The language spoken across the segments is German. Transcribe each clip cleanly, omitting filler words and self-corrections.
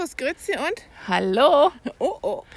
Servus, Grüezi und Hallo. oh.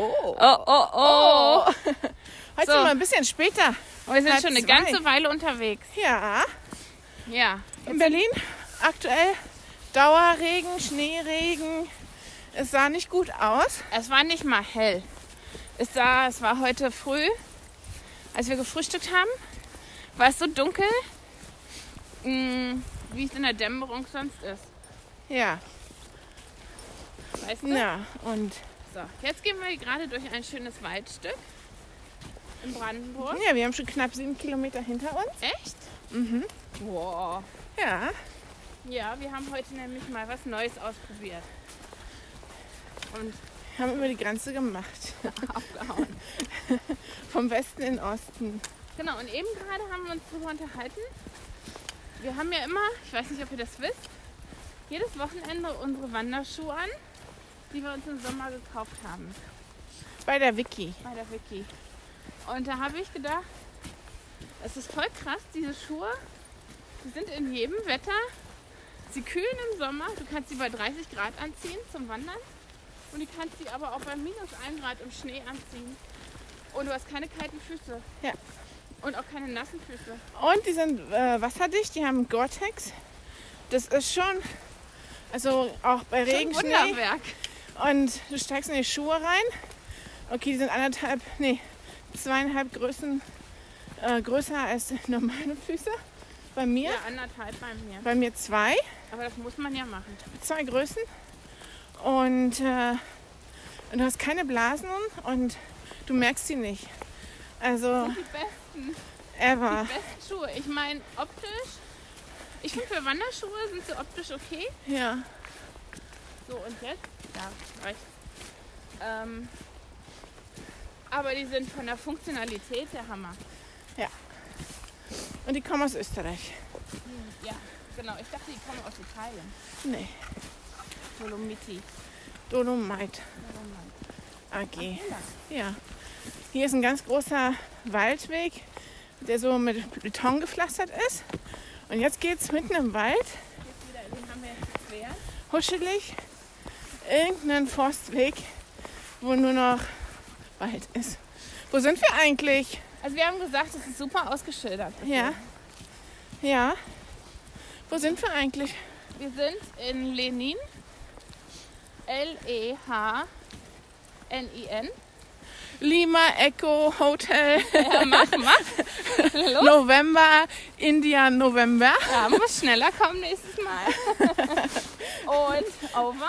Oh. Heute sind wir ein bisschen später. Wir sind schon eine 2:30. ganze Weile unterwegs. Ja, Ja. in Berlin aktuell Dauerregen, Schneeregen. Es sah nicht gut aus. Es war nicht mal hell. Es war heute früh, als wir gefrühstückt haben, war es so dunkel, wie es in der Dämmerung sonst ist. Ja, Weißt du? na und So, jetzt gehen wir gerade durch ein schönes Waldstück in Brandenburg. ja, wir haben schon knapp 7 Kilometer hinter uns. Echt? Mhm. Wow. Ja, Ja, wir haben heute nämlich mal was Neues ausprobiert. Und haben über die Grenze gemacht. abgehauen. Vom Westen in den Osten. Genau, und eben gerade haben wir uns darüber unterhalten. Wir haben ja immer, ich weiß nicht, ob ihr das wisst, jedes Wochenende unsere Wanderschuhe an, die wir uns im Sommer gekauft haben, Bei der Vicky. bei der Vicky. Und da habe ich gedacht, es ist voll krass, diese Schuhe, die sind in jedem Wetter, sie kühlen im Sommer, du kannst sie bei 30 Grad anziehen zum Wandern und du kannst sie aber auch bei minus 1 Grad im Schnee anziehen. Und du hast keine kalten Füße. Ja. Und auch keine nassen Füße. Und die sind wasserdicht, die haben Gore-Tex. Das ist schon, also auch bei Schon Regen, ein Schnee. Wunderwerk. Und du steigst in die Schuhe rein. Okay, die sind 2,5 Größen größer als normale Füße. Bei mir. Ja, 1,5 bei mir. Bei mir 2. Aber das muss man ja machen. 2 Größen. Und du hast keine Blasen und du merkst sie nicht. Also Die besten ever. Schuhe. Ich meine, optisch, ich finde für Wanderschuhe sind sie optisch okay. Ja. So, und jetzt? Ja, rechts. Aber die sind von der Funktionalität der Hammer. Und die kommen aus Österreich. Ja, genau. Ich dachte, die kommen aus Italien. Nee. Dolomiti. Dolomite AG. Ja. Hier ist ein ganz großer Waldweg, der so mit Beton gepflastert ist. Und jetzt geht es mitten im Wald, Jetzt wieder, den haben wir jetzt geklärt. huschelig, irgendeinen Forstweg, wo nur noch Wald ist. Wo sind wir eigentlich? Also wir haben gesagt, es ist super ausgeschildert. Ja. Ja. Wo sind wir eigentlich? Wir sind in Lenin. Lehin. Lima Echo Hotel Ja, mach. Los. November, India November. Ja, muss schneller kommen nächstes Mal. Und over.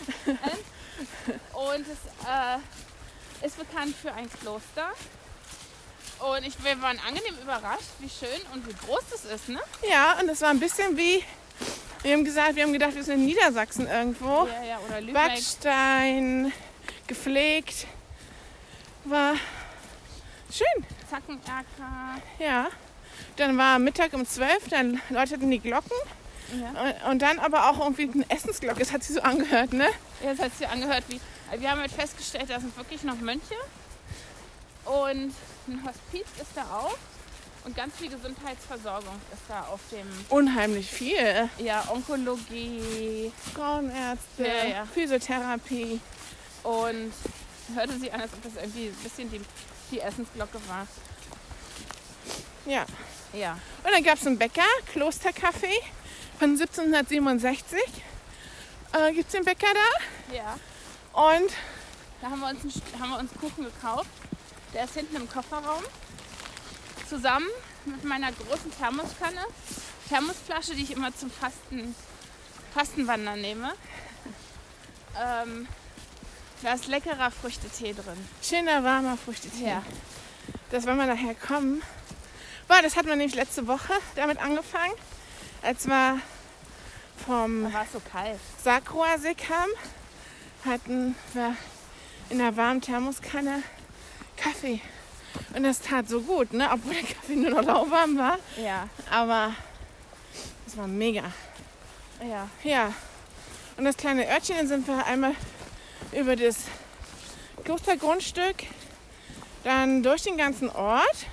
Und es ist bekannt für ein Kloster. Und wir waren angenehm überrascht, wie schön und wie groß das ist, ne? Ja, und das war ein bisschen wie, wir haben gedacht, wir sind in Niedersachsen irgendwo. Ja, oder Lübeck. Backstein, gepflegt. War schön, Zackenerker. ja. Dann war Mittag um 12, dann läuteten die Glocken. Ja. Und dann aber auch irgendwie eine Essensglocke. Das hat sich so angehört, ne? Ja, das hat sich angehört wie. Wir haben halt festgestellt, da sind wirklich noch Mönche. Und ein Hospiz ist da auch. Und ganz viel Gesundheitsversorgung ist da auf dem. Unheimlich viel. Ja, Onkologie. Frauenärzte, Ja. Physiotherapie. Und hörte sich an, als ob das irgendwie ein bisschen die Essensglocke war. Ja. Ja. Und dann gab es einen Bäcker, Klostercafé von 1767. Gibt es den Bäcker da? Ja. Und Da haben wir uns Kuchen gekauft. Der ist hinten im Kofferraum. Zusammen mit meiner großen Thermosflasche, die ich immer zum Fastenwandern nehme. Da ist leckerer Früchtetee drin. schöner, warmer Früchtetee. Ja. Das wollen wir nachher kommen. Boah, das hatten wir nämlich letzte Woche damit angefangen, als wir vom Da war es so kalt. Sakroer See kamen, hatten wir in einer warmen Thermoskanne Kaffee. Und das tat so gut, ne? Obwohl der Kaffee nur noch lauwarm war. Ja. Aber das war mega. Ja. Ja. Und das kleine Örtchen, dann sind wir einmal über das Klostergrundstück, dann durch den ganzen Ort.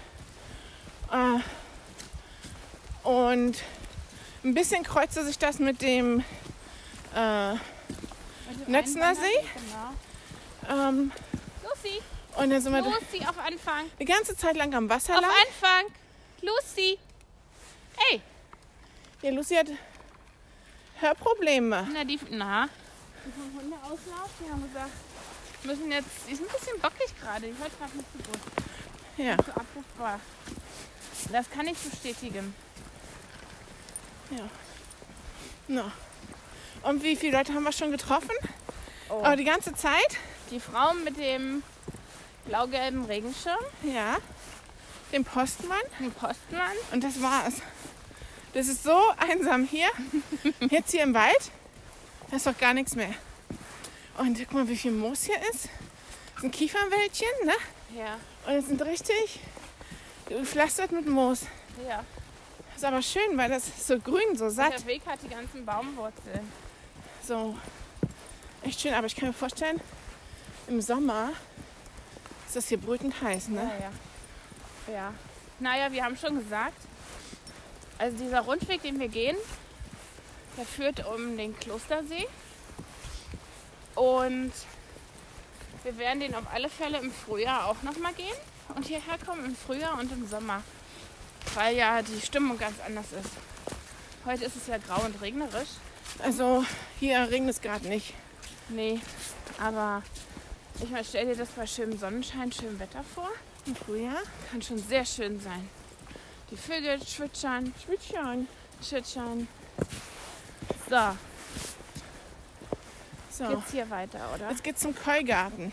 Und ein bisschen kreuzte sich das mit dem Netzner See. Genau. Ähm, Lucy, und dann sind wir Lucy, auf Anfang. die ganze Zeit lang am Wasser Auf lang. Anfang. Lucy. Ey. Ja, Lucy hat Hörprobleme. Die vom Hundeauslauf, die haben gesagt, müssen jetzt, die ist ein bisschen bockig gerade, die hört gerade nicht so gut. Ja. Nicht so abrufbar. Das kann ich bestätigen. Ja. No. Und wie viele Leute haben wir schon getroffen? Oh. Aber die ganze Zeit? Die Frau mit dem blau-gelben Regenschirm, Ja. Den Postmann. den Postmann. Und das war's. Das ist so einsam hier. Jetzt hier im Wald. Da ist doch gar nichts mehr. Und guck mal, wie viel Moos hier ist. Das sind Kiefernwäldchen, ne? Ja, Und es sind richtig gepflastert mit Moos. ja. Ist aber schön, weil das ist so grün, so satt. Der Weg hat die ganzen Baumwurzeln. So. Echt schön, aber ich kann mir vorstellen, im Sommer ist das hier brütend heiß, ne? Ja. Naja, wir haben schon gesagt, also dieser Rundweg, den wir gehen, der führt um den Klostersee. Und wir werden den auf alle Fälle im Frühjahr auch nochmal gehen und hierher kommen im Frühjahr und im Sommer. Weil ja die Stimmung ganz anders ist. Heute ist es ja grau und regnerisch. Also hier regnet es gerade nicht. Nee, aber ich meine, stell dir das bei schönem Sonnenschein, schönem Wetter vor. Im Frühjahr? Kann schon sehr schön sein. Die Vögel zwitschern, zwitschern. So, So, geht's hier weiter, oder? jetzt geht's zum Keugarten.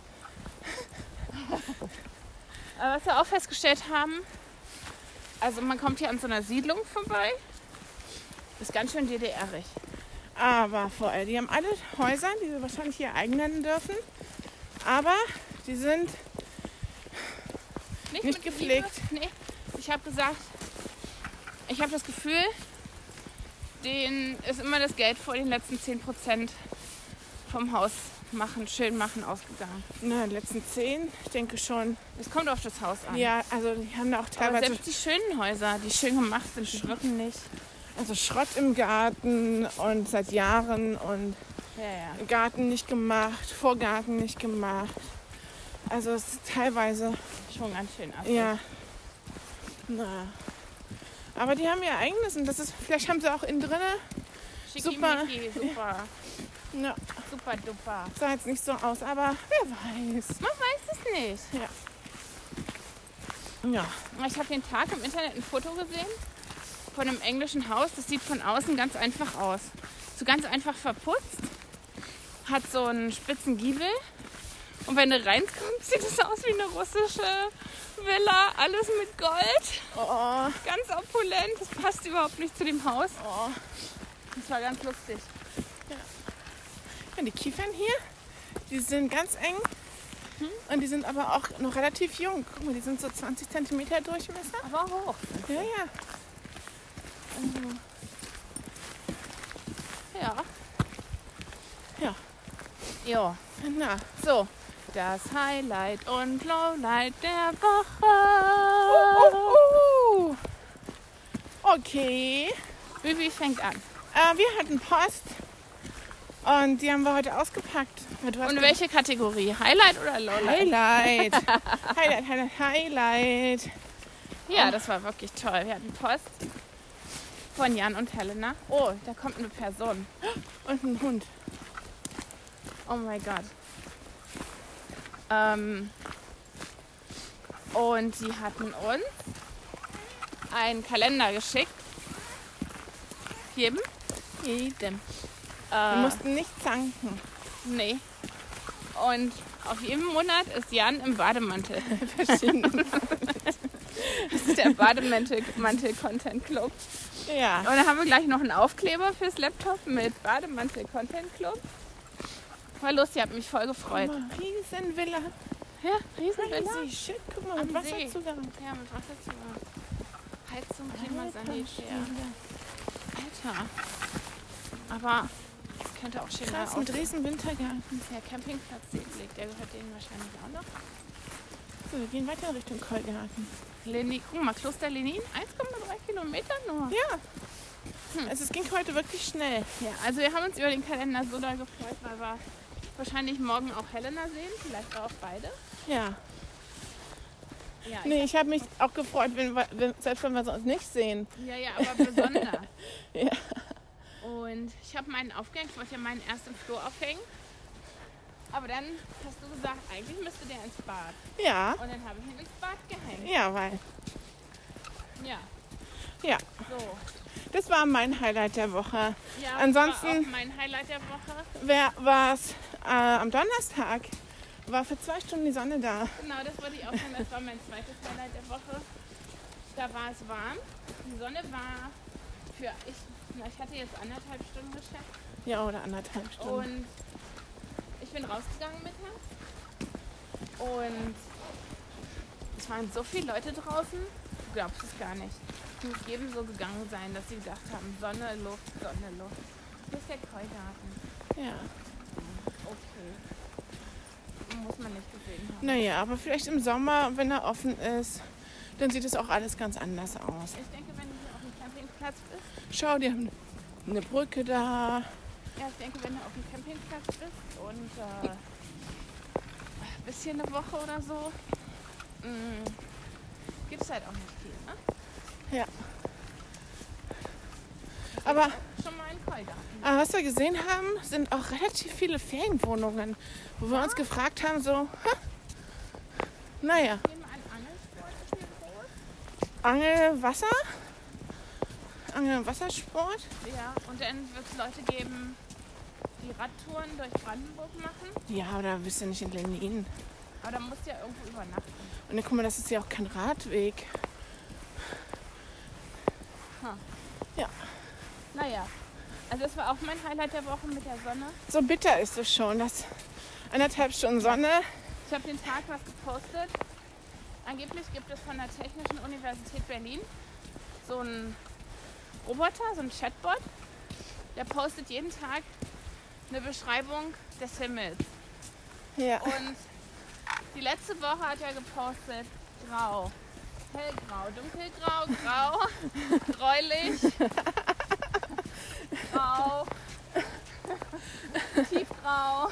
Aber was wir auch festgestellt haben, also man kommt hier an so einer Siedlung vorbei. Ist ganz schön DDR-ig. Aber vorher, die haben alle Häuser, die sie wahrscheinlich hier eigen nennen dürfen. Aber die sind nicht mit gepflegt. Liebe. Nee, ich habe gesagt, ich habe das Gefühl, denen ist immer das Geld vor den letzten 10% vom Haus machen, schön machen ausgegangen. Na, die letzten 10, ich denke schon. Es kommt auf das Haus an. Ja, also die haben da auch Aber teilweise selbst die schönen Häuser, die schön gemacht sind, die wirken nicht. also Schrott im Garten und seit Jahren und Ja. Garten nicht gemacht, Vorgarten nicht gemacht. Also es ist teilweise, Schon ganz schön ab. ja. Na. Aber die haben ihr eigenes und das ist, vielleicht haben sie auch innen drinne. Schickimicki, super. Ja, Super duper. sah jetzt nicht so aus, aber wer weiß. Man weiß es nicht. Ja. Ich habe den Tag im Internet ein Foto gesehen von einem englischen Haus. Das sieht von außen ganz einfach aus. So ganz einfach verputzt. Hat so einen spitzen Giebel. Und wenn du reinkommst, sieht es aus wie eine russische Villa. Alles mit Gold. Oh, Ganz opulent. Das passt überhaupt nicht zu dem Haus. oh. Das war ganz lustig. Ja, die Kiefern hier, die sind ganz eng und die sind aber auch noch relativ jung. Guck mal, die sind so 20 cm Durchmesser. Aber hoch. Ja, ja. Ja. Ja. Jo. Na, So. Das Highlight und Lowlight der Woche. Okay. Bibi fängt an. Wir hatten Post und die haben wir heute ausgepackt. Du hast Und welche Kategorie? Highlight oder Lowlight? Highlight. Ja, das war wirklich toll. Wir hatten Post von Jan und Helena. Oh, da kommt eine Person. Und ein Hund. Oh mein Gott. Und die hatten uns einen Kalender geschickt. Jedem? Wir mussten nicht zanken. Nee. Und auf jedem Monat ist Jan im Bademantel. Verschiedene. Das ist der Bademantel-Content-Club. Ja. Und dann haben wir gleich noch einen Aufkleber fürs Laptop mit Bademantel-Content-Club. War lustig, hat mich voll gefreut. Riesenvilla. Ja, Riesenvilla. Crazy shit. Guck mal, mit Am See. Wasserzugang. Ja, mit Wasserzugang. Heizung, Klimasanitär. Alter. Aber könnte auch schön Krass, mit riesen Wintergarten. Der Campingplatz liegt, der gehört denen wahrscheinlich auch noch. So, wir gehen weiter Richtung Keugarten. Guck mal, Kloster Lenin, 1,3 Kilometer nur. Ja. Also es ging heute wirklich schnell. Ja, also wir haben uns über den Kalender so doll gefreut, weil wir wahrscheinlich morgen auch Helena sehen, vielleicht auch beide. Ja. Ja, Nee, ich habe mich auch gefreut, selbst wenn wir es uns nicht sehen. ja, aber besonders. Ja. Und ich habe meinen aufgehängt, ich wollte ja meinen ersten Floh aufhängen. Aber dann hast du gesagt, eigentlich müsste der ins Bad. Ja. Und dann habe ich ihn ins Bad gehängt. Ja, weil. Ja. Ja. So. Das war mein Highlight der Woche. Ja, Ansonsten das war auch mein Highlight der Woche. war es am Donnerstag. War für 2 Stunden die Sonne da. Genau, das wollte ich auch sagen. Das war mein zweites Highlight der Woche. Da war es warm. Die Sonne war ich hatte jetzt 1,5 Stunden geschätzt. Ja, oder 1,5 Stunden. Und ich bin rausgegangen mittags. Und es waren so viele Leute draußen. Du glaubst es gar nicht. Es muss jedem so gegangen sein, dass sie gedacht haben, Sonne, Luft, Sonne, Luft. Hier ist der Keugarten. Ja. Okay. Muss man nicht gesehen haben. Naja, aber vielleicht im Sommer, wenn er offen ist, dann sieht es auch alles ganz anders aus. Ich denke, wenn du hier auf dem Campingplatz bist. Schau, die haben eine Brücke da. Ja, ich denke, wenn du auf dem Campingplatz bist und bis hier eine Woche oder so, gibt es halt auch nicht viel, ne? Ja. Aber Schon mal ein Keugarten. was wir gesehen haben, sind auch relativ viele Ferienwohnungen, wo wir uns gefragt haben, so, naja, Ich nehme an, Angelsport ist hier groß. Angel- und Wassersport. Ja, und dann wird es Leute geben, die Radtouren durch Brandenburg machen. Ja, oder bist du nicht in Lenin? Aber da musst du ja irgendwo übernachten. Und dann guck mal, das ist ja auch kein Radweg. Ja. Naja, also das war auch mein Highlight der Woche mit der Sonne. So bitter ist es schon, dass 1,5 Stunden Sonne. Ich habe den Tag was gepostet. Angeblich gibt es von der Technischen Universität Berlin so einen Roboter, so einen Chatbot, der postet jeden Tag eine Beschreibung des Himmels. Ja. Und die letzte Woche hat er gepostet, grau, hellgrau, dunkelgrau, grau, gräulich, grau, tiefgrau.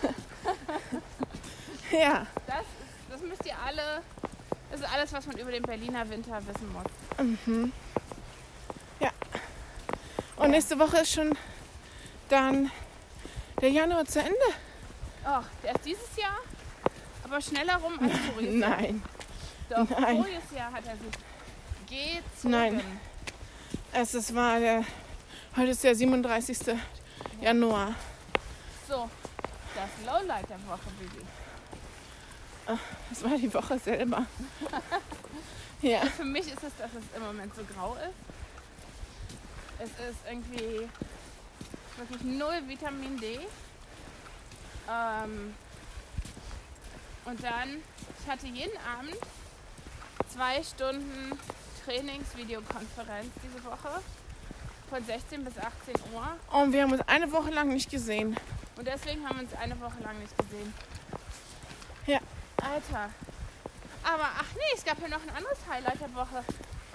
Ja. Das müsst ihr alle, das ist alles, was man über den Berliner Winter wissen muss. Mhm. Ja. Und nächste Woche ist schon dann der Januar zu Ende. Ach, der ist dieses Jahr aber schneller rum als voriges Jahr. Nein. Doch, Nein. voriges Jahr hat er sich gezogen. Nein. Heute ist der 37. Januar. So, das Lowlight der Woche, Bibi. Das war die Woche selber. Ja. Für mich ist es, dass es im Moment so grau ist. Es ist irgendwie wirklich 0 Vitamin D. Und dann, ich hatte jeden Abend 2 Stunden Trainingsvideokonferenz diese Woche. Von 16 bis 18 Uhr. Und wir haben uns eine Woche lang nicht gesehen. Und deswegen haben wir uns eine Woche lang nicht gesehen. Ja. Alter. Aber, ach nee, es gab ja noch ein anderes Highlight der Woche.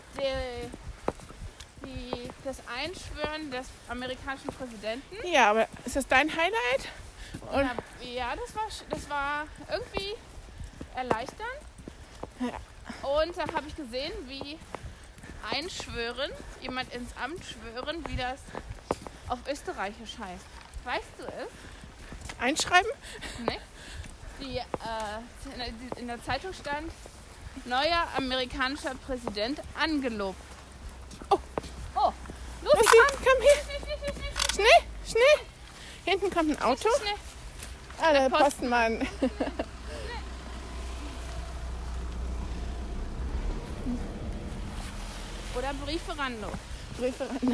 Das Einschwören des amerikanischen Präsidenten. Ja, aber ist das dein Highlight? Und Ja, das war irgendwie erleichternd. Ja. Und da habe ich gesehen, wie einschwören, jemand ins Amt schwören, wie das auf Österreichisch heißt. Weißt du es? Einschreiben? Ne? In der Zeitung stand, neuer amerikanischer Präsident angelobt. Oh. Oh, los, Lucy, komm hier. Schnell. Hinten kommt ein Auto. Schnell. Ah, der Postmann. Postmann. Oder Brieferando. Referendum.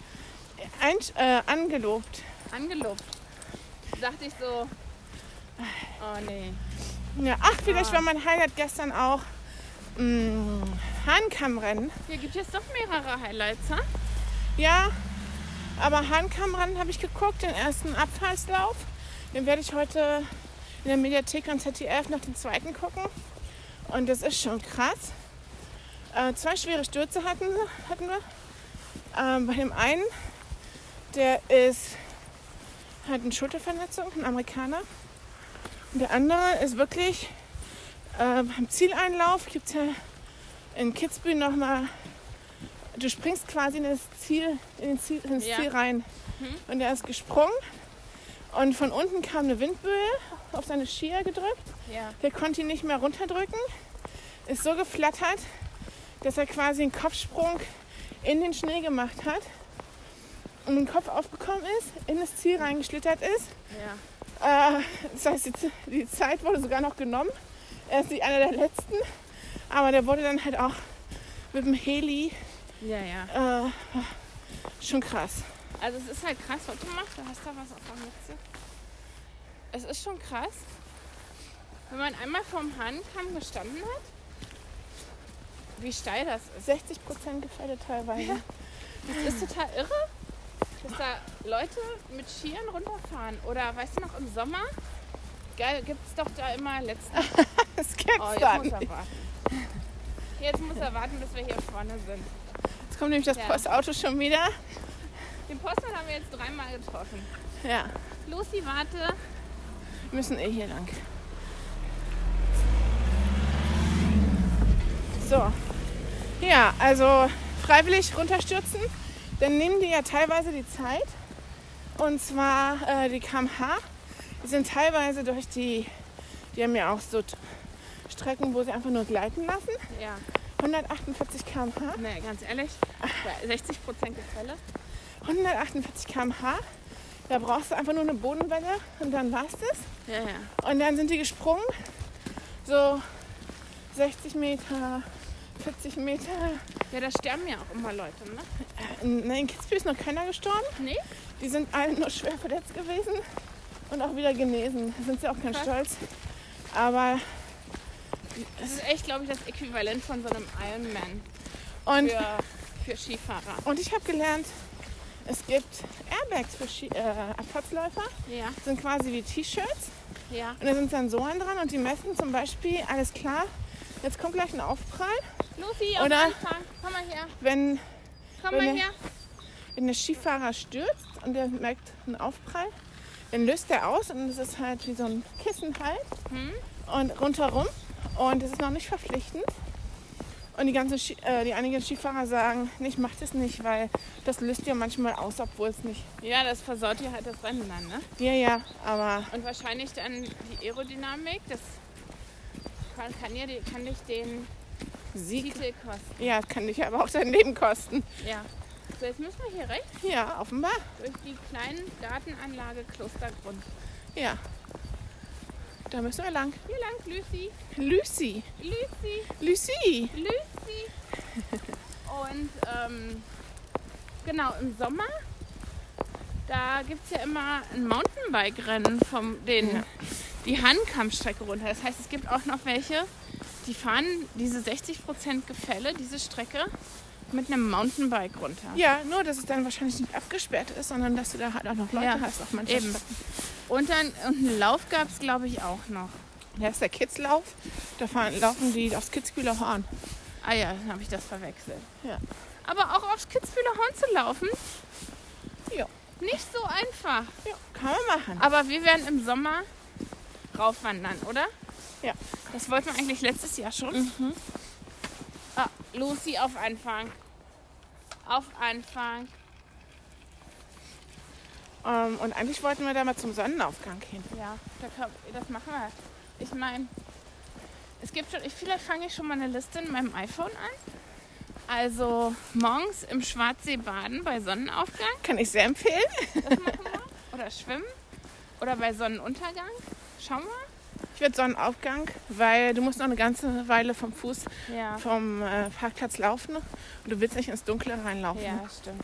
Angelobt. Angelobt. Dachte ich so, oh nee. Ja, vielleicht war mein Highlight gestern auch Hahnkammrennen. Hier gibt es doch mehrere Highlights, ha? Ja, aber Hahnkammrennen habe ich geguckt, den ersten Abfahrtslauf. Den werde ich heute in der Mediathek am ZDF noch den zweiten gucken. Und das ist schon krass. 2 schwere Stürze hatten wir. Bei dem einen, hat eine Schulterverletzung, ein Amerikaner. Und der andere ist wirklich beim Zieleinlauf, gibt es ja in Kitzbühel nochmal, du springst quasi ins Ziel rein. Und er ist gesprungen und von unten kam eine Windböe auf seine Skier gedrückt. Ja. Der konnte ihn nicht mehr runterdrücken, ist so geflattert, dass er quasi einen Kopfsprung in den Schnee gemacht hat und mit dem Kopf aufgekommen ist, in das Ziel reingeschlittert ist. Ja. Das heißt, die Zeit wurde sogar noch genommen. Er ist nicht einer der Letzten, aber der wurde dann halt auch mit dem Heli. Ja. Schon krass. Also es ist halt krass, warte mal, du hast da was auf der Mütze. Es ist schon krass, wenn man einmal vorm Hahnenkamm gestanden hat, wie steil das ist. 60% Gefälle teilweise. Ja. Das ist total irre, dass da Leute mit Skiern runterfahren. Oder weißt du noch, im Sommer gibt es doch da immer Das gibt's jetzt da muss er nicht. warten. Jetzt muss er warten, bis wir hier vorne sind. Jetzt kommt nämlich das Postauto schon wieder. Den Postmann haben wir jetzt 3-mal getroffen. Ja, Lucy, warte. wir müssen hier lang. So. Ja, also freiwillig runterstürzen. Dann nehmen die ja teilweise die Zeit. Und zwar die km/h. Die sind teilweise die haben ja auch so Strecken, wo sie einfach nur gleiten lassen. Ja. 148 km/h. Nee, ganz ehrlich, bei 60% Gefälle. 148 km/h. Da brauchst du einfach nur eine Bodenwelle und dann war's das. Ja, ja. Und dann sind die gesprungen. So 60 Meter, 40 Meter. Ja, da sterben ja auch immer Leute, ne? In Kitzbühel ist noch keiner gestorben. Nee? Die sind alle nur schwer verletzt gewesen und auch wieder genesen. Da sind sie auch ganz stolz. Aber Das ist echt, glaube ich, das Äquivalent von so einem Ironman und, für Skifahrer. und ich habe gelernt, es gibt Airbags für Abfahrtsläufer. Ja, Das sind quasi wie T-Shirts. ja. Und da sind Sensoren dran und die messen zum Beispiel, alles klar, jetzt kommt gleich ein Aufprall. Lucy, auf Oder- Anfang. Komm mal her. Wenn Komm Wenn mal er- her. der Skifahrer stürzt und der merkt einen Aufprall, dann löst der aus und es ist halt wie so ein Kissen halt und rundherum und es ist noch nicht verpflichtend. Und die einigen Skifahrer sagen, ich mach das nicht, weil das löst ja manchmal aus, obwohl es nicht. Ja, das versaut dir halt das Rennen dann, ne? Ja, aber Und wahrscheinlich dann die Aerodynamik, das kann dich den Sieg, Titel kosten. ja, kann dich aber auch dein Leben kosten. Ja. So, jetzt müssen wir hier rechts Ja, offenbar. durch die kleine Gartenanlage Klostergrund. Ja. Da müssen wir lang. Hier lang, Lucy. Lucy. Lucy. Lucy. Lucy. Und genau, im Sommer, da gibt es ja immer ein Mountainbike-Rennen die Hahnenkammstrecke runter. Das heißt, es gibt auch noch welche, die fahren diese 60% Gefälle, diese Strecke, mit einem Mountainbike runter. Ja, nur, dass es dann wahrscheinlich nicht abgesperrt ist, sondern dass du da halt auch noch Leute Ja, hast auf manchen eben. Strecken. Und einen Lauf gab es, glaube ich, auch noch. Da ist der Kitzlauf. Da laufen die aufs Kitzbüheler Horn. Ah ja, dann habe ich das verwechselt. Ja. Aber auch aufs Kitzbüheler Horn zu laufen, Ja. nicht so einfach. Ja, kann man machen. Aber wir werden im Sommer raufwandern, oder? Ja. Das wollten wir eigentlich letztes Jahr schon. Ah, Lucy, auf Anfang. Auf Anfang. Und eigentlich wollten wir da mal zum Sonnenaufgang hin. Ja, das machen wir. Ich meine, es gibt schon, vielleicht fange ich schon mal eine Liste in meinem iPhone an. Also morgens im Schwarzsee baden bei Sonnenaufgang, Kann ich sehr empfehlen. das machen wir. Oder schwimmen. Oder bei Sonnenuntergang. Schauen wir. Ich werde Sonnenaufgang, weil du musst noch eine ganze Weile vom Ja. vom Parkplatz laufen und du willst nicht ins Dunkle reinlaufen. Ja, stimmt.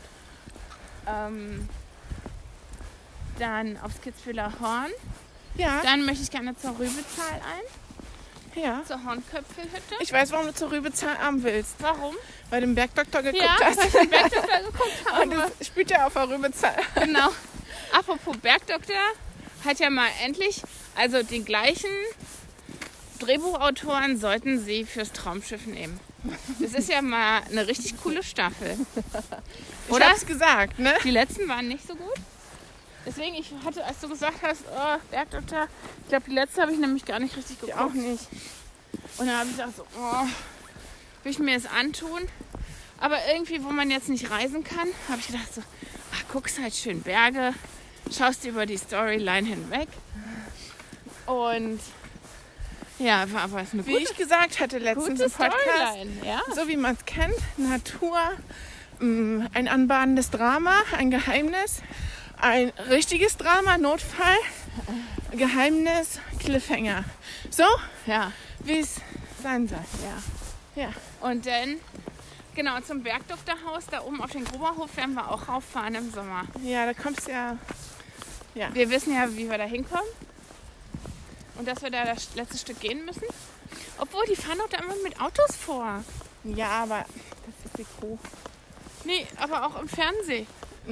Dann aufs Kitzbüheler Horn. Ja, Dann möchte ich gerne zur Rübezahl ein, ja. zur Hornköpfelhütte. Ich weiß, warum du zur Rübezahl arm willst. Warum? Weil du den Bergdoktor geguckt Ja, hast. weil ich den Bergdoktor geguckt Und habe. das spielt ja auf der Rübezahl. Genau. Apropos Bergdoktor, hat ja mal endlich, also die gleichen Drehbuchautoren sollten sie fürs Traumschiff nehmen. Das ist ja mal eine richtig coole Staffel. Ich Oder? hab's gesagt, ne? Die letzten waren nicht so gut. Deswegen, ich hatte, als du gesagt hast, oh, Bergdoktor, ich glaube, die letzte habe ich nämlich gar nicht richtig Ich geguckt. auch nicht. Und dann habe ich gedacht, so, oh, will ich mir das antun? Aber irgendwie, wo man jetzt nicht reisen kann, habe ich gedacht, so, ach, guckst halt schön Berge, schaust über die Storyline hinweg. Und ja, war aber eine Wie ich gesagt hatte letztens gute im Podcast, Storyline. Ja. so wie man es kennt, Natur, ein anbahnendes Drama, ein Geheimnis, ein richtiges Drama, Notfall, Geheimnis, Cliffhanger. So, Ja, wie es sein soll. ja. Ja. Und dann, genau, zum Bergdoktorhaus, da oben auf den Gruberhof werden wir auch rauffahren im Sommer. Ja, da kommst du ja. Wir wissen ja, wie wir da hinkommen. Und dass wir da das letzte Stück gehen müssen. Obwohl, die fahren doch da immer mit Autos vor. Ja, aber das ist die Kuh. Nee, aber auch im Fernsehen.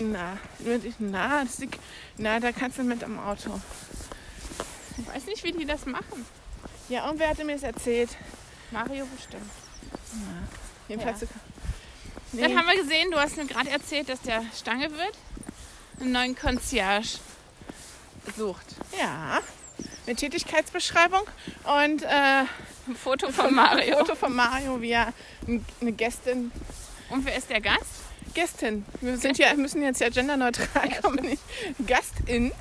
Da kannst du mit am Auto. Ich weiß nicht, wie die das machen. Ja, und wer hatte mir das erzählt? Mario bestimmt. Jedenfalls Ja. Nee. Dann haben wir gesehen, du hast mir gerade erzählt, dass der Stange wird einen neuen Concierge sucht. Ja, eine Tätigkeitsbeschreibung und Ein Foto von Mario. Foto von Mario, wie er eine Gästin. Und wer ist der Gast? Gästin. Müssen jetzt ja genderneutral kommen, nicht Gastin.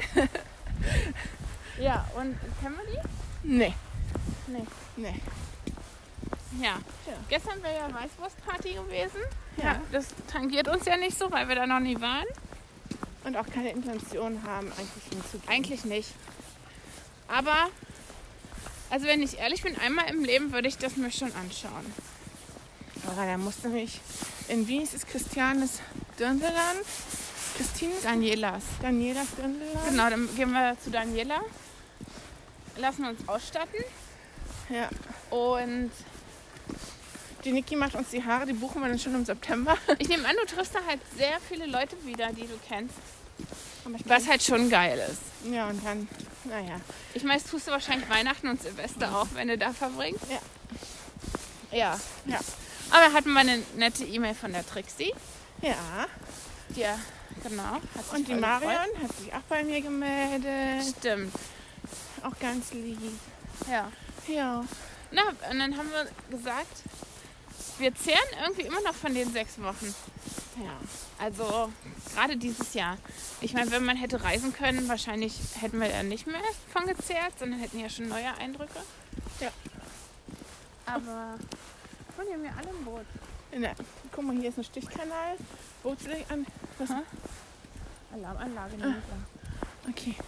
Ja, und kennen wir die? Nee. Nee. Ja. Gestern wäre ja Weißwurstparty gewesen. Ja. Das tangiert uns ja nicht so, weil wir da noch nie waren. Und auch keine Intention haben, eigentlich hinzugehen. Eigentlich nicht. Aber, also wenn ich ehrlich bin, einmal im Leben würde ich das mir schon anschauen. Aber da musst du mich in Wien ist es Christianes Dürndeland. Danielas. Danielas Dürndeland. Genau, dann gehen wir zu Daniela. Lassen uns ausstatten. Ja. Und Die Niki macht uns die Haare, die buchen wir dann schon im September. ich nehme an, du triffst da halt sehr viele Leute wieder, die du kennst. Aber ich Was halt schon geil ist. Ja, und dann, naja. Ich meine, das tust du wahrscheinlich Weihnachten und Silvester auch, wenn du da verbringst. Ja. Ja. Ja. Aber hatten wir eine nette E-Mail von der Trixie. Ja. Die, genau. Hat sich Und die voll Marion gefreut. hat sich auch bei mir gemeldet. Stimmt. Auch ganz lieb. Ja. Ja. Na, und dann haben wir gesagt, wir zehren irgendwie immer noch von den 6 Wochen. Ja. Also gerade dieses Jahr. Ich meine, wenn man hätte reisen können, wahrscheinlich hätten wir ja nicht mehr von gezehrt, sondern hätten ja schon neue Eindrücke. Ja. Aber die haben ja alle ein Boot. Guck mal, hier ist ein Stichkanal. Bootslicht an. Was? Alarmanlage nehme ich an. Okay.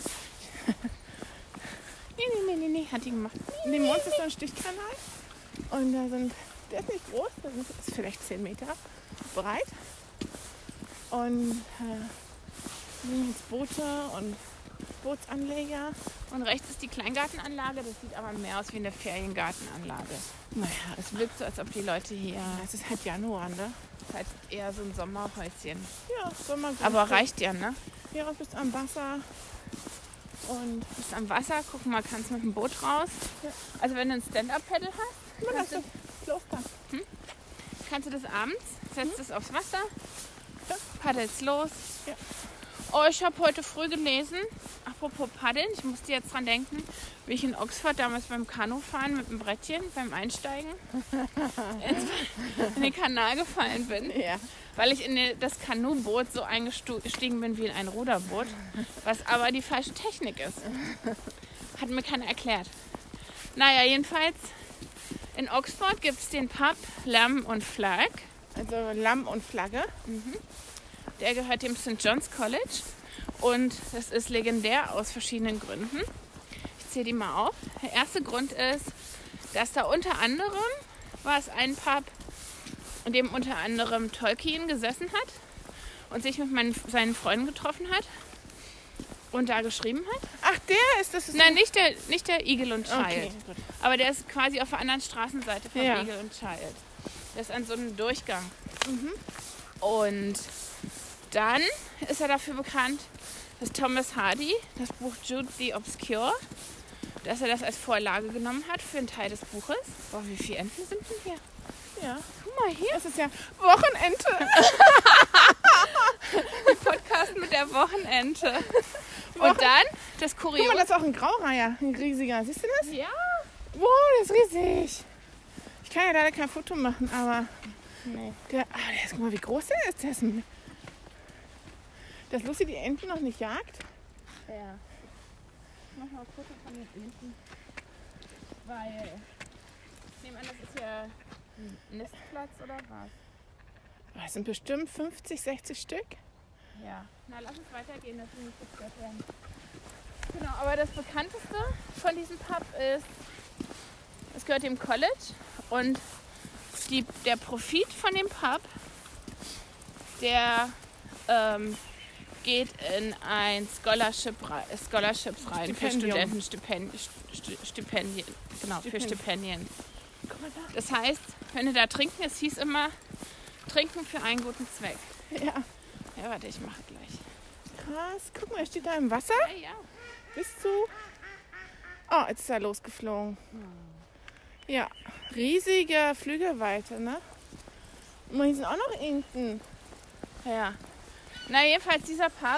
Nee, hat die gemacht. Neben uns ist so ein Stichkanal. Und der ist nicht groß, der ist vielleicht 10 Meter breit. Und sind jetzt Boote und Bootsanleger. Und rechts ist die Kleingartenanlage, das sieht aber mehr aus wie eine Feriengartenanlage. Naja, Es wirkt so, als ob die Leute hier, es ist halt Januar, ne? halt eher so ein Sommerhäuschen. Ja, Sommer. Aber reicht ja, ne? Ja, bist am Wasser. Und Bist am Wasser, guck mal, kannst mit dem Boot raus. Ja. Also wenn du ein Stand-Up-Paddle hast, man das Losbahn. kannst du das abends, setzt es aufs Wasser, Ja. paddelst los. Ja. Oh, ich habe heute früh gelesen, apropos Paddeln, ich musste jetzt dran denken, wie ich in Oxford damals beim Kanufahren mit dem Brettchen beim Einsteigen in den Kanal gefallen bin, Ja. weil ich in das Kanuboot so eingestiegen bin wie in ein Ruderboot, was aber die falsche Technik ist. Hat mir keiner erklärt. Naja, jedenfalls in Oxford gibt es den Pub Lamb und Flag. Also Lamm und Flagge. Der gehört dem St. John's College und das ist legendär aus verschiedenen Gründen. Ich zähle die mal auf. Der erste Grund ist, dass da unter anderem war es ein Pub, in dem unter anderem Tolkien gesessen hat und sich mit seinen Freunden getroffen hat und da geschrieben hat. Ach, der ist das? Nein, nicht der Eagle und Child, Okay, gut. aber der ist quasi auf der anderen Straßenseite von Ja. Eagle und Child. Der ist an so einem Durchgang. Und dann ist er dafür bekannt, dass Thomas Hardy das Buch Jude the Obscure, dass er das als Vorlage genommen hat für einen Teil des Buches. Boah, wie viele Enten sind denn hier? Ja. Guck mal hier. Es ist ja Wochenende. Podcast mit der Wochenente. Und dann das Guck mal, Kuriose. das ist auch ein Graureiher, ein riesiger. Siehst du das? Ja. Wow, das ist riesig. Ich kann ja leider kein Foto machen, aber Nee. der ist, guck mal, wie groß der ist. Dass Lucy die Enten noch nicht jagt. Ja. Ich mach mal ein Foto von den Enten. Weil ich nehme an, das ist ja ein Nistplatz oder was? Das sind bestimmt 50, 60 Stück. Ja. Na, lass uns weitergehen, dass wir nicht gestört werden. Genau, aber das bekannteste von diesem Pub ist, es gehört dem College und der Profit von dem Pub, der geht in ein Scholarships rein für Stipendium. Stipendien. Genau, für Stipendien. Guck mal da. Das heißt, wenn du da trinken, es hieß immer, trinken für einen guten Zweck. Ja, Ja, warte, ich mache gleich. krass. Guck mal, er steht da im Wasser. Ja. Bist du? Oh, jetzt ist er losgeflogen. Ja, riesige Flügelweite, ne? Und hier sind auch noch Enten. Ja. Na, jedenfalls dieser Pub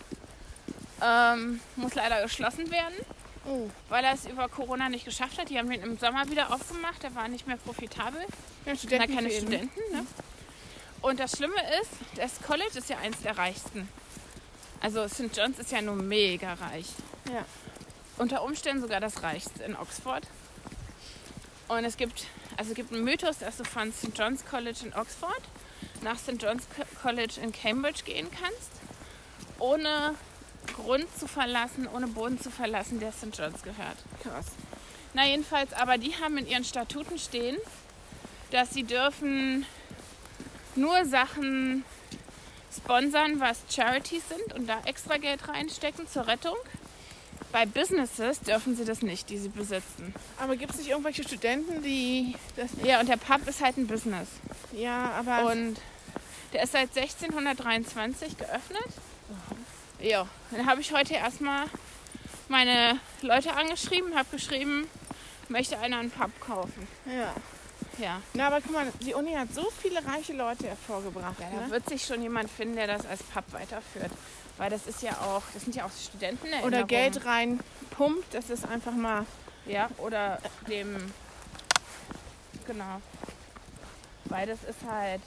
muss leider geschlossen werden, Oh, weil er es über Corona nicht geschafft hat. Die haben ihn im Sommer wieder aufgemacht, der war nicht mehr profitabel. ja, Na, Studenten keine fehlen. Studenten, ne? Und das Schlimme ist, das College ist ja eins der reichsten. Also St. John's ist ja nur mega reich. Ja. Unter Umständen sogar das reichste in Oxford. Und es gibt einen Mythos, dass du von St. John's College in Oxford nach St. John's College in Cambridge gehen kannst, ohne Grund zu verlassen, ohne Boden zu verlassen, der St. John's gehört. Krass. Na jedenfalls, aber die haben in ihren Statuten stehen, dass sie dürfen nur Sachen sponsern, was Charities sind und da extra Geld reinstecken zur Rettung. Bei Businesses dürfen sie das nicht, die sie besitzen. Aber gibt es nicht irgendwelche Studenten, die das... Ja, und der Pub ist halt ein Business. Ja, aber... Und der ist seit 1623 geöffnet. Ja, dann habe ich heute erstmal meine Leute angeschrieben, habe geschrieben, möchte einer einen Pub kaufen. Ja. Ja, Na, aber guck mal, die Uni hat so viele reiche Leute hervorgebracht. ja, da Ne? wird sich schon jemand finden, der das als Pub weiterführt. Weil das sind ja auch Studenten. Oder Geld reinpumpt, das ist einfach mal... Ja, oder dem. Genau. Weil das ist halt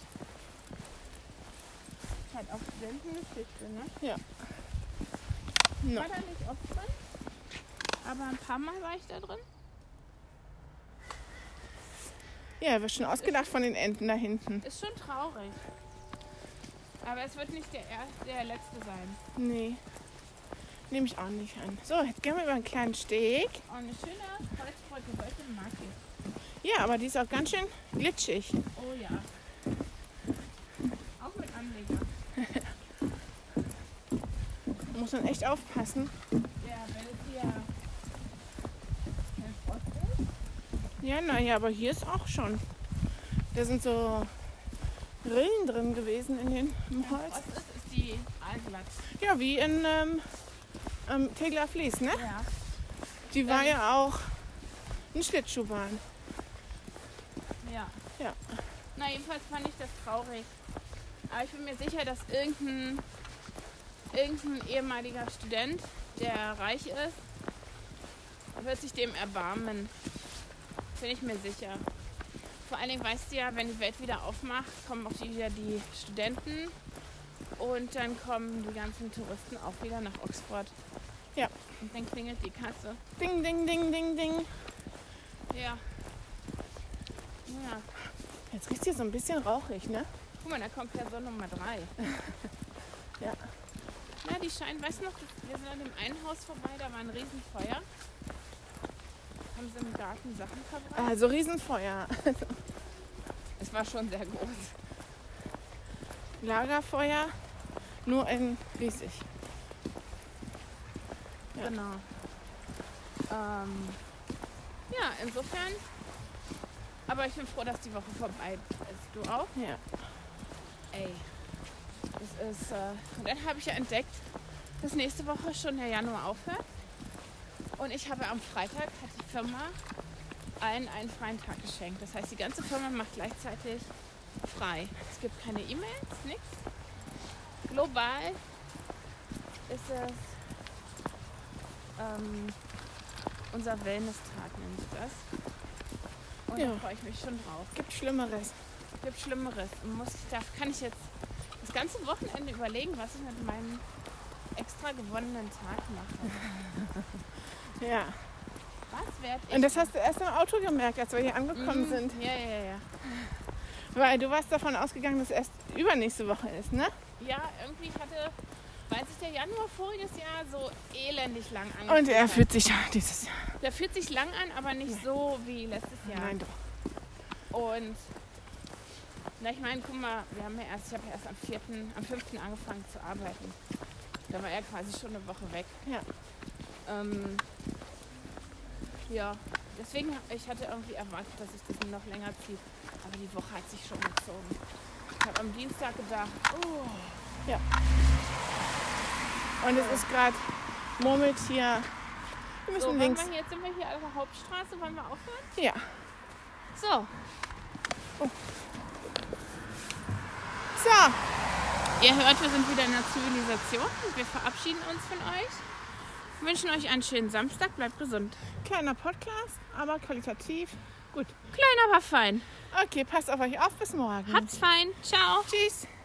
auch Studentengeschichte, ne? No. War da nicht oft drin? Aber ein paar Mal war ich da drin. Ja, er wird schon ausgelacht von den Enten da hinten. Ist schon traurig. Aber es wird nicht der letzte sein. Nee. Nehme ich auch nicht an. So, jetzt gehen wir über einen kleinen Steg. Oh, eine schöne Holzbrücke, mag ich. Ja, aber die ist auch ganz schön glitschig. Oh ja. Auch mit Anleger. Da muss man echt aufpassen. Ja, wenn es hier kein Frost ist. Ja, naja, aber hier ist auch schon. Da sind so Rillen drin gewesen im Holz. Frost ist die Aalglatt. Ja, wie in Tegler Vlies, ne? Ja. Die war ja auch eine Schlittschuhbahn. Ja. Ja. Na, jedenfalls fand ich das traurig. Aber ich bin mir sicher, dass irgendein ehemaliger Student, der reich ist, wird sich dem erbarmen. Bin ich mir sicher. Vor allen Dingen weißt du ja, wenn die Welt wieder aufmacht, kommen auch wieder die Studenten und dann kommen die ganzen Touristen auch wieder nach Oxford. Ja. Und dann klingelt die Kasse. Ding, ding, ding, ding, ding. Ja. Ja. Jetzt riecht hier so ein bisschen rauchig, ne? Guck mal, da kommt Person Nummer 3. Ja. Na, die scheinen, weißt du noch, wir sind an dem einen Haus vorbei, da war ein Riesenfeuer. Haben sie im Garten Sachen verbrannt? Also Riesenfeuer. Es war schon sehr groß. Lagerfeuer, nur in riesig. Ja. Genau. Ja, insofern. Aber ich bin froh, dass die Woche vorbei ist. Du auch? Ja. Ey. Das ist, und dann habe ich ja entdeckt, dass nächste Woche schon der Januar aufhört. Und ich habe am Freitag, hat die Firma allen einen freien Tag geschenkt. Das heißt, die ganze Firma macht gleichzeitig frei. Es gibt keine E-Mails, nichts. Global ist es unser Wellness-Tag, nennt sich das. Und Ja. da freue ich mich schon drauf. Gibt Schlimmeres. Gibt Schlimmeres. Da kann ich jetzt das ganze Wochenende überlegen, was ich mit meinem extra gewonnenen Tag mache. Ja. Was werde ich? Und das hast du erst im Auto gemerkt, als wir hier angekommen sind. Ja. Weil du warst davon ausgegangen, dass es erst übernächste Woche ist, ne? Ja, irgendwie weil sich der Januar voriges Jahr so elendig lang angefühlt Und er hat. fühlt sich dieses Jahr. Der fühlt sich lang an, aber nicht so wie letztes Jahr. Nein, doch. Und na, ich meine, guck mal, ich habe ja erst am 5. angefangen zu arbeiten. Da war er quasi schon eine Woche weg. Ja. Ja, deswegen, ich hatte irgendwie erwartet, dass sich das noch länger zieht. Aber die Woche hat sich schon gezogen. Ich habe am Dienstag gedacht, Ja. Und es ist gerade murmelt hier. Wir müssen so, links. jetzt sind wir hier an der Hauptstraße, wollen wir aufhören? Ja. So, So. ihr hört, wir sind wieder in der Zivilisation und wir verabschieden uns von euch. Wünschen euch einen schönen Samstag, bleibt gesund. Kleiner Podcast, aber qualitativ gut. Klein, aber fein. Okay, passt auf euch auf. Bis morgen. Habt's fein. Ciao. Tschüss.